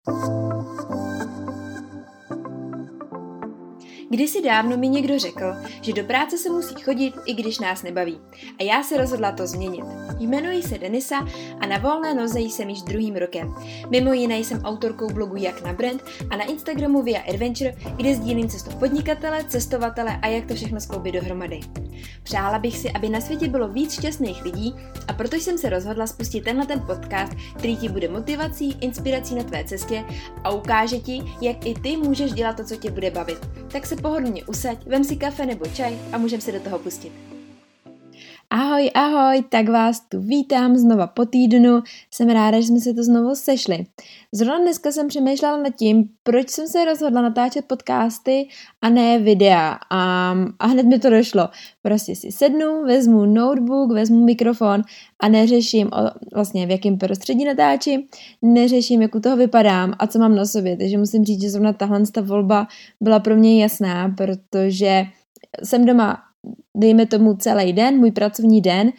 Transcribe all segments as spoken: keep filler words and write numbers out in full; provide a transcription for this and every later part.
Kdysi dávno mi někdo řekl, že do práce se musí chodit, i když nás nebaví. A já se rozhodla to změnit. Jmenuji se Denisa a na volné noze jsem již druhým rokem. Mimo jiné jsem autorkou blogu Jak na brand a na Instagramu Via Adventure, kde sdílím cestu podnikatele, cestovatele a jak to všechno skloubit dohromady. Přála bych si, aby na světě bylo víc šťastných lidí, a proto jsem se rozhodla spustit tenhle ten podcast, který ti bude motivací, inspirací na tvé cestě a ukáže ti, jak i ty můžeš dělat to, co tě bude bavit. Tak se pohodlně usaď, vem si kafe nebo čaj a můžeme se do toho pustit. Ahoj, ahoj, tak vás tu vítám znova po týdnu, jsem ráda, že jsme se tu znovu sešli. Zrovna dneska jsem přemýšlela nad tím, proč jsem se rozhodla natáčet podcasty a ne videa a, a hned mi to došlo. Prostě si sednu, vezmu notebook, vezmu mikrofon a neřeším o, vlastně v jakém prostředí natáčím, neřeším, jak u toho vypadám a co mám na sobě, takže musím říct, že zrovna tahle ta volba byla pro mě jasná, protože jsem doma dejme tomu celý den, můj pracovní den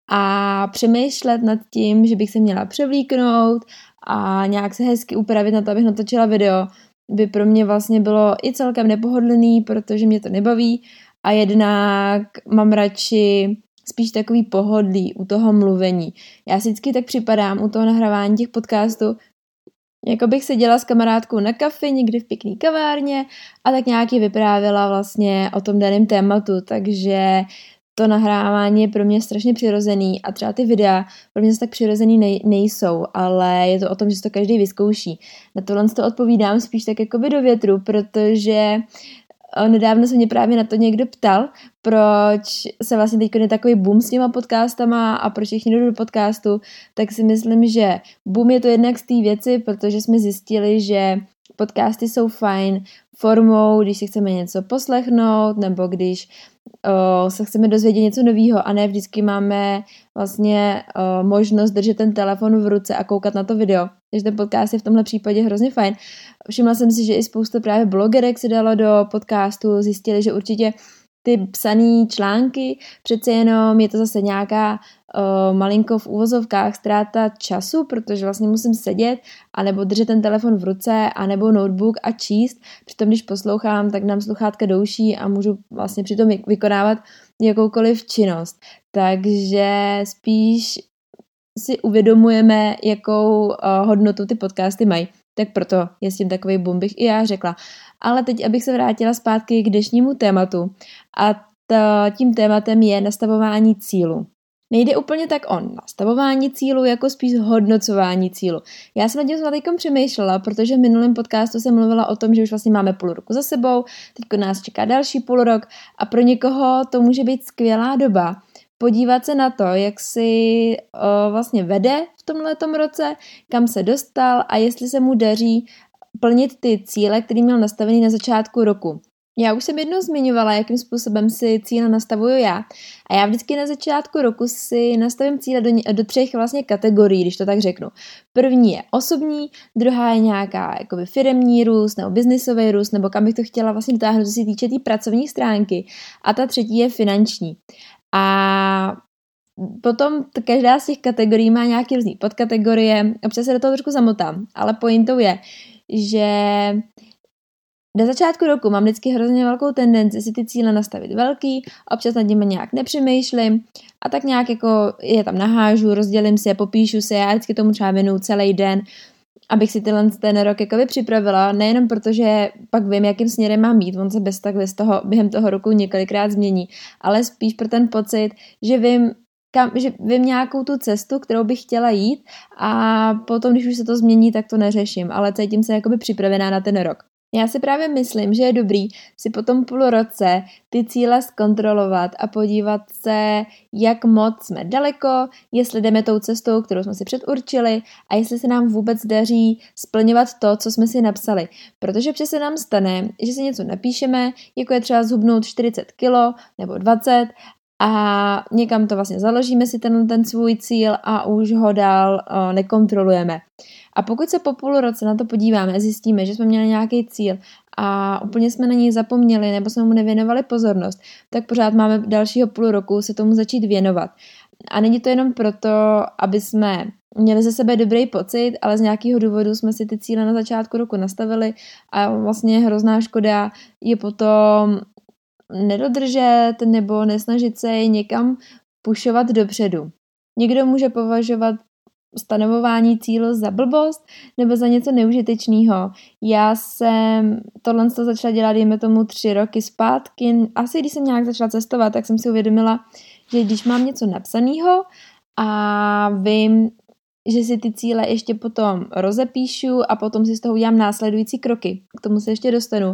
a přemýšlet nad tím, že bych se měla převlíknout a nějak se hezky upravit na to, abych natočila video, by pro mě vlastně bylo i celkem nepohodlný, protože mě to nebaví a jednak mám radši spíš takový pohodlí u toho mluvení. Já si vždycky tak připadám u toho nahrávání těch podcastů, jako bych seděla s kamarádkou na kafi někdy v pěkný kavárně a tak nějak ji vyprávěla vlastně o tom daném tématu, takže to nahrávání je pro mě strašně přirozený a třeba ty videa pro mě tak přirozený nej- nejsou, ale je to o tom, že si to každý vyzkouší. Na tohle to odpovídám spíš tak jako by do větru, protože nedávno se mě právě na to někdo ptal, proč se vlastně teď je takový boom s těma podcastama a proč všichni jdou do podcastu, tak si myslím, že boom je to jednak z té věci, protože jsme zjistili, že podcasty jsou fajn formou, když si chceme něco poslechnout nebo když o, se chceme dozvědět něco nového a ne vždycky máme vlastně o, možnost držet ten telefon v ruce a koukat na to video. Takže ten podcast je v tomhle případě hrozně fajn. Všimla jsem si, že i spousta právě blogerek se dalo do podcastu, zjistili, že určitě ty psaný články, přece jenom je to zase nějaká uh, malinko v úvozovkách ztráta času, protože vlastně musím sedět anebo držet ten telefon v ruce anebo notebook a číst. Přitom když poslouchám, tak nám sluchátka douší a můžu vlastně přitom vykonávat jakoukoliv činnost. Takže spíš si uvědomujeme, jakou uh, hodnotu ty podcasty mají. Tak proto je s tím takový boom, bych i já řekla. Ale teď, abych se vrátila zpátky k dnešnímu tématu. A t- tím tématem je nastavování cílu. Nejde úplně tak o nastavování cílu, jako spíš hodnocování cílu. Já jsem nad tím teď přemýšlela, protože v minulém podcastu jsem mluvila o tom, že už vlastně máme půl roku za sebou, teď nás čeká další půl rok a pro někoho to může být skvělá doba podívat se na to, jak si o, vlastně vede v tomhletom roce, kam se dostal a jestli se mu daří plnit ty cíle, který měl nastavený na začátku roku. Já už jsem jednou zmiňovala, jakým způsobem si cíle nastavuju já. A já vždycky na začátku roku si nastavím cíle do, do třech vlastně kategorií, když to tak řeknu. První je osobní, druhá je nějaká jakoby firemní růst nebo biznisový růst, nebo kam bych to chtěla vlastně dotáhnout, co se týče té pracovní stránky. A ta třetí je finanční. A potom každá z těch kategorií má nějaké různé podkategorie, občas se do toho trošku zamotám, ale pointou je, že na začátku roku mám vždycky hrozně velkou tendenci si ty cíle nastavit velký, občas nad nimi nějak nepřemýšlím a tak nějak jako je tam nahážu, rozdělím si je, popíšu si, já vždycky tomu třeba věnuju celý den, abych si tenhle ten rok jakoby připravila, nejenom protože pak vím, jakým směrem mám jít, on se bez tak bez toho, během toho roku několikrát změní, ale spíš pro ten pocit, že vím, kam, že vím nějakou tu cestu, kterou bych chtěla jít a potom, když už se to změní, tak to neřeším, ale cítím se jakoby připravená na ten rok. Já si právě myslím, že je dobrý si po tom půl roce ty cíle zkontrolovat a podívat se, jak moc jsme daleko, jestli jdeme tou cestou, kterou jsme si předurčili a jestli se nám vůbec daří splňovat to, co jsme si napsali. Protože občas se nám stane, že si něco napíšeme, jako je třeba zhubnout čtyřicet kilo nebo dvacet a někam to vlastně založíme si ten, ten svůj cíl a už ho dál o, nekontrolujeme. A pokud se po půl roce na to podíváme, zjistíme, že jsme měli nějaký cíl a úplně jsme na něj zapomněli nebo jsme mu nevěnovali pozornost, tak pořád máme dalšího půl roku se tomu začít věnovat. A není to jenom proto, aby jsme měli ze sebe dobrý pocit, ale z nějakého důvodu jsme si ty cíle na začátku roku nastavili a vlastně hrozná škoda je potom nedodržet nebo nesnažit se je někam pušovat dopředu. Někdo může považovat stanovování cílu za blbost nebo za něco neužitečného. Já jsem tohle začala dělat, dejme tomu, tři roky zpátky. Asi když jsem nějak začala cestovat, tak jsem si uvědomila, že když mám něco napsaného a vím, že si ty cíle ještě potom rozepíšu a potom si z toho udělám následující kroky, k tomu se ještě dostanu,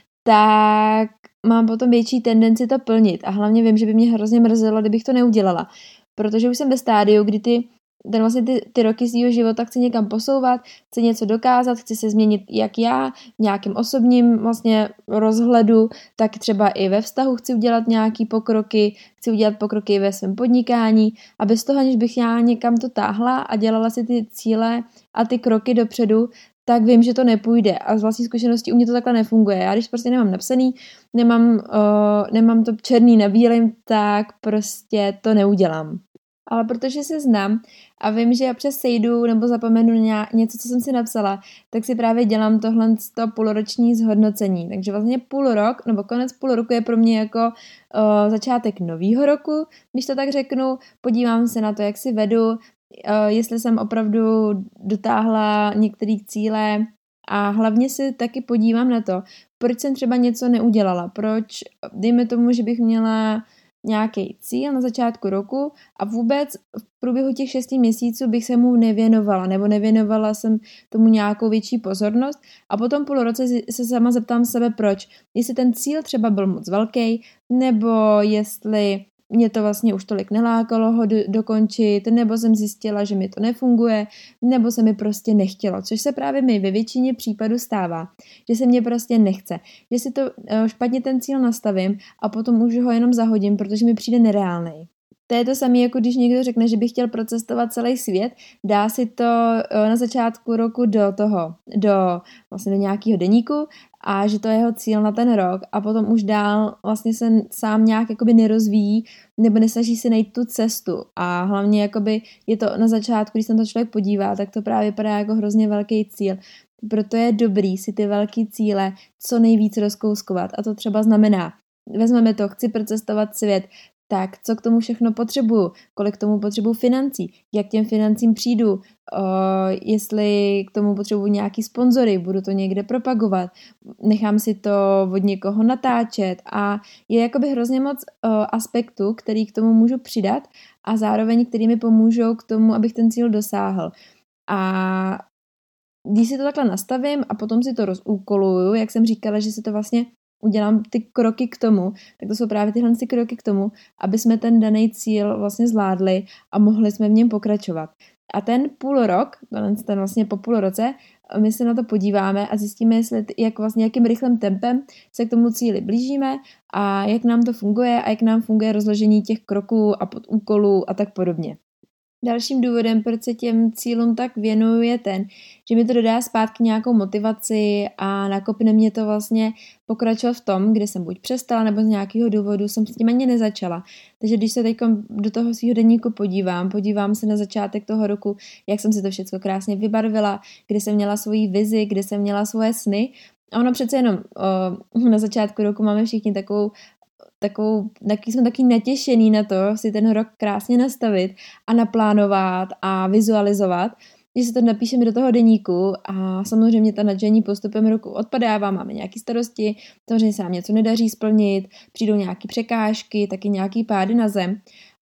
tak mám potom větší tendenci to plnit a hlavně vím, že by mě hrozně mrzelo, kdybych to neudělala, protože už jsem ve stádiu, kdy ty ten vlastně ty, ty roky svýho života chci někam posouvat, chci něco dokázat, chci se změnit jak já, v nějakém osobním vlastně rozhledu, tak třeba i ve vztahu chci udělat nějaký pokroky, chci udělat pokroky ve svém podnikání a bez toho, aniž bych já někam to táhla a dělala si ty cíle a ty kroky dopředu, tak vím, že to nepůjde a z vlastní zkušenosti u mě to takhle nefunguje. Já když prostě nemám napsaný, nemám, uh, nemám to černý na bílém, tak prostě to neudělám. Ale protože se znám a vím, že občas sejdu nebo zapomenu něco, co jsem si napsala, tak si právě dělám tohle to půlroční zhodnocení. Takže vlastně půl rok, nebo konec půl roku je pro mě jako uh, začátek nového roku, když to tak řeknu, podívám se na to, jak si vedu, uh, jestli jsem opravdu dotáhla některé cíle a hlavně si taky podívám na to, proč jsem třeba něco neudělala, proč, dejme tomu, že bych měla nějaký cíl na začátku roku a vůbec v průběhu těch šesti měsíců bych se mu nevěnovala nebo nevěnovala jsem tomu nějakou větší pozornost a potom půl roce se sama zeptám sebe proč. Jestli ten cíl třeba byl moc velký nebo jestli mě to vlastně už tolik nelákalo ho do, dokončit, nebo jsem zjistila, že mi to nefunguje, nebo se mi prostě nechtělo, což se právě mi ve většině případů stává, že se mě prostě nechce, že si to špatně ten cíl nastavím a potom už ho jenom zahodím, protože mi přijde nereálnej. To je to samé, jako když někdo řekne, že by chtěl procestovat celý svět, dá si to na začátku roku do toho, do, vlastně do nějakého deníku a že to je jeho cíl na ten rok a potom už dál vlastně se sám nějak jakoby nerozvíjí nebo nesnaží si najít tu cestu a hlavně jakoby je to na začátku, když se na to člověk podívá, tak to právě vypadá jako hrozně velký cíl. Proto je dobrý si ty velký cíle co nejvíc rozkouskovat a to třeba znamená, vezmeme to, chci procestovat svět, tak co k tomu všechno potřebuju, kolik k tomu potřebuju financí, jak těm financím přijdu, uh, jestli k tomu potřebuju nějaký sponzory, budu to někde propagovat, nechám si to od někoho natáčet a je jakoby hrozně moc uh, aspektů, který k tomu můžu přidat a zároveň, který mi pomůžou k tomu, abych ten cíl dosáhl. A když si to takhle nastavím a potom si to rozúkoluju, jak jsem říkala, že si to vlastně udělám ty kroky k tomu, tak to jsou právě tyhle ty kroky k tomu, aby jsme ten daný cíl vlastně zvládli a mohli jsme v něm pokračovat. A ten půl rok, ten vlastně po půl roce, my se na to podíváme a zjistíme, jestli, jak vlastně, jakým rychlým tempem se k tomu cíli blížíme a jak nám to funguje a jak nám funguje rozložení těch kroků a podúkolů a tak podobně. Dalším důvodem, proč se těm cílům tak věnuju, je ten, že mi to dodá zpátky nějakou motivaci a nakopne mě to vlastně pokračovat v tom, kde jsem buď přestala, nebo z nějakého důvodu jsem s tím ani nezačala. Takže když se teď do toho svého deníku podívám, podívám se na začátek toho roku, jak jsem si to všechno krásně vybarvila, kde jsem měla svoji vizi, kde jsem měla svoje sny. A ono přece jenom o, na začátku roku máme všichni takovou Takovou, taky jsme taky natěšený na to si ten rok krásně nastavit a naplánovat a vizualizovat, že se to napíšeme do toho deníku a samozřejmě ta nadšení postupem roku odpadává, máme nějaké starosti, samozřejmě se nám něco nedaří splnit, přijdou nějaké překážky, taky nějaký pády na zem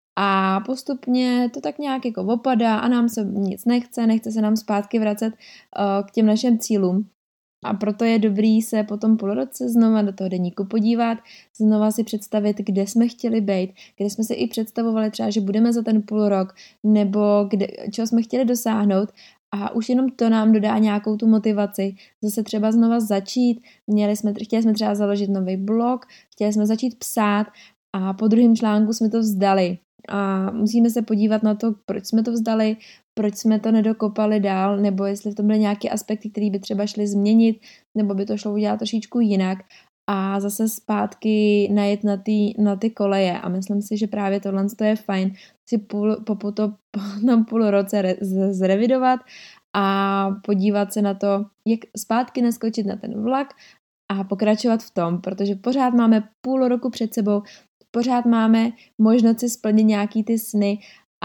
a postupně to tak nějak jako opadá a nám se nic nechce, nechce se nám zpátky vracet uh, k těm našim cílům. A proto je dobrý se po tom půlroce znova do toho deníku podívat, znova si představit, kde jsme chtěli být, kde jsme si i představovali třeba, že budeme za ten půl rok, nebo kde, čeho jsme chtěli dosáhnout a už jenom to nám dodá nějakou tu motivaci. Zase třeba znova začít, měli jsme, chtěli jsme třeba založit nový blog, chtěli jsme začít psát a po druhém článku jsme to vzdali. A musíme se podívat na to, proč jsme to vzdali, proč jsme to nedokopali dál, nebo jestli v tom byly nějaké aspekty, které by třeba šly změnit, nebo by to šlo udělat trošičku jinak. a zase zpátky najet na ty, na ty koleje a myslím si, že právě tohle je fajn si půl, po, po, to, po tom půl roce re, z, zrevidovat a podívat se na to, jak zpátky naskočit na ten vlak a pokračovat v tom, protože pořád máme půl roku před sebou, pořád máme možnost si splnit nějaký ty sny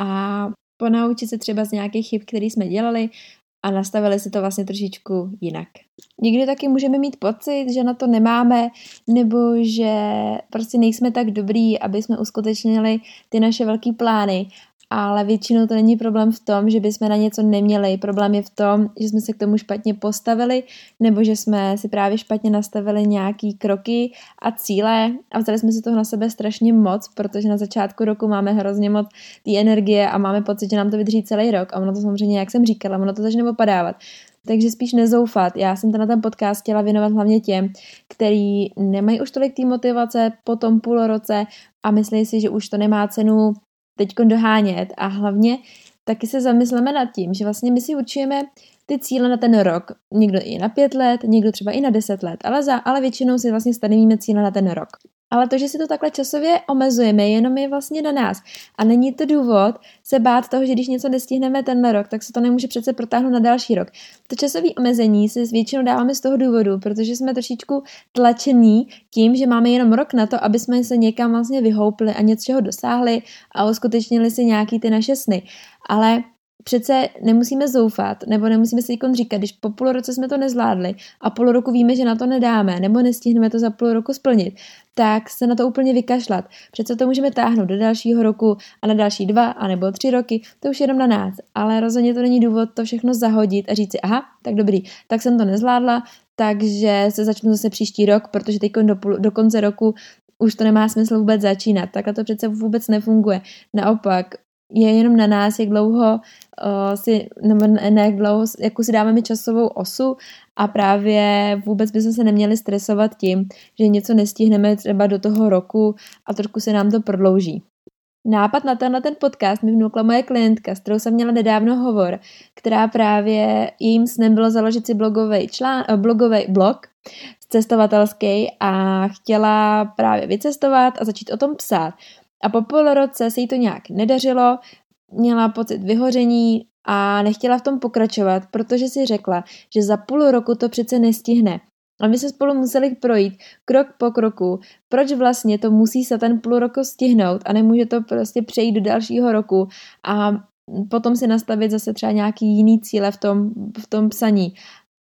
a ponaučit se třeba z nějakých chyb, které jsme dělali a nastavili si to vlastně trošičku jinak. Někdy taky můžeme mít pocit, že na to nemáme, nebo že prostě nejsme tak dobrý, aby jsme uskutečnili ty naše velké plány, ale většinou to není problém v tom, že bychom na něco neměli. Problém je v tom, že jsme se k tomu špatně postavili, nebo že jsme si právě špatně nastavili nějaký kroky a cíle a vzali jsme si toho na sebe strašně moc, protože na začátku roku máme hrozně moc té energie a máme pocit, že nám to vydrží celý rok a ono to samozřejmě, jak jsem říkala, ono to začne opadávat. Takže spíš nezoufat. Já jsem to na ten podcast chtěla věnovat hlavně těm, kteří nemají už tolik té motivace po tom půl roce a myslí si, že už to nemá cenu teďko dohánět a hlavně taky se zamysleme nad tím, že vlastně my si určujeme ty cíle na ten rok. Někdo i na pět let, někdo třeba i na deset let, ale, za, ale většinou si vlastně stanovíme cíle na ten rok. Ale to, že si to takhle časově omezujeme, jenom je vlastně na nás. A není to důvod se bát toho, že když něco nestihneme tenhle rok, tak se to nemůže přece protáhnout na další rok. To časové omezení si většinou dáváme z toho důvodu, protože jsme trošičku tlačení tím, že máme jenom rok na to, aby jsme se někam vlastně vyhoupli a něčeho dosáhli a uskutečnili si nějaký ty naše sny. Ale přece nemusíme zoufat, nebo nemusíme si říkat, říkat, když po půl roce jsme to nezvládli a půl roku víme, že na to nedáme, nebo nestihneme to za půl roku splnit, tak se na to úplně vykašlat. Přece to můžeme táhnout do dalšího roku a na další dva, anebo tři roky, to už jenom na nás. Ale rozhodně to není důvod to všechno zahodit a říct si, aha, tak dobrý, tak jsem to nezvládla, takže se začnu zase příští rok, protože teď do, půl, do konce roku už to nemá smysl vůbec začínat. Takhle to přece vůbec nefunguje. Naopak, je jenom na nás, jak dlouho uh, si, nebo ne, jak dlouho, jakou si dáváme časovou osu a právě vůbec bychom se neměli stresovat tím, že něco nestihneme třeba do toho roku a trošku se nám to prodlouží. Nápad na tenhle ten podcast mi vnukla moje klientka, s kterou jsem měla nedávno hovor, která právě jejím snem bylo založit si blogový člán, blogový blog cestovatelský a chtěla právě vycestovat a začít o tom psát. A po půl roce se jí to nějak nedařilo, měla pocit vyhoření a nechtěla v tom pokračovat, protože si řekla, že za půl roku to přece nestihne. A my se spolu museli projít krok po kroku, proč vlastně to musí se ten půl roku stihnout a nemůže to prostě přejít do dalšího roku a potom si nastavit zase třeba nějaký jiný cíle v tom, v tom psaní.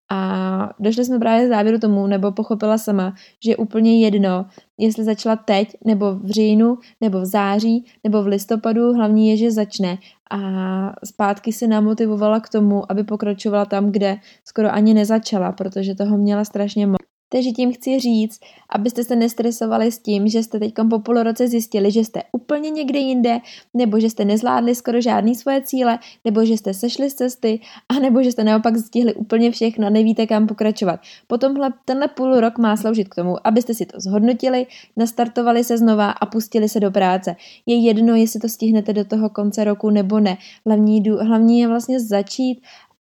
A došli jsme právě k závěru tomu, nebo pochopila sama, že je úplně jedno, jestli začala teď, nebo v říjnu, nebo v září, nebo v listopadu, hlavní je, že začne. A zpátky se namotivovala k tomu, aby pokračovala tam, kde skoro ani nezačala, protože toho měla strašně moc. Takže tím chci říct, abyste se nestresovali s tím, že jste teď po půl roce zjistili, že jste úplně někde jinde, nebo že jste nezvládli skoro žádný svoje cíle, nebo že jste sešli z cesty, a nebo že jste naopak stihli úplně všechno a nevíte, kam pokračovat. Potom tenhle půl rok má sloužit k tomu, abyste si to zhodnotili, nastartovali se znova a pustili se do práce. Je jedno, jestli to stihnete do toho konce roku nebo ne. Hlavní, hlavní je vlastně začít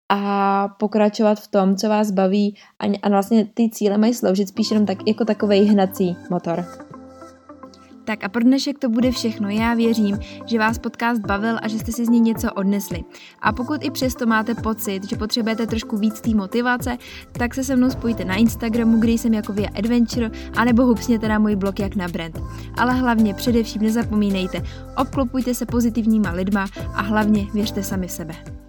a pokračovat v tom, co vás baví a, a vlastně ty cíle mají sloužit spíš jenom tak, jako takovej hnací motor. Tak a pro dnešek to bude všechno. Já věřím, že vás podcast bavil a že jste si z něj něco odnesli. A pokud i přesto máte pocit, že potřebujete trošku víc té motivace, tak se se mnou spojte na Instagramu, kde jsem jako Via Adventure, anebo hupsněte na můj blog Jak na brand. Ale hlavně především nezapomínejte, obklopujte se pozitivníma lidma a hlavně věřte sami v sebe.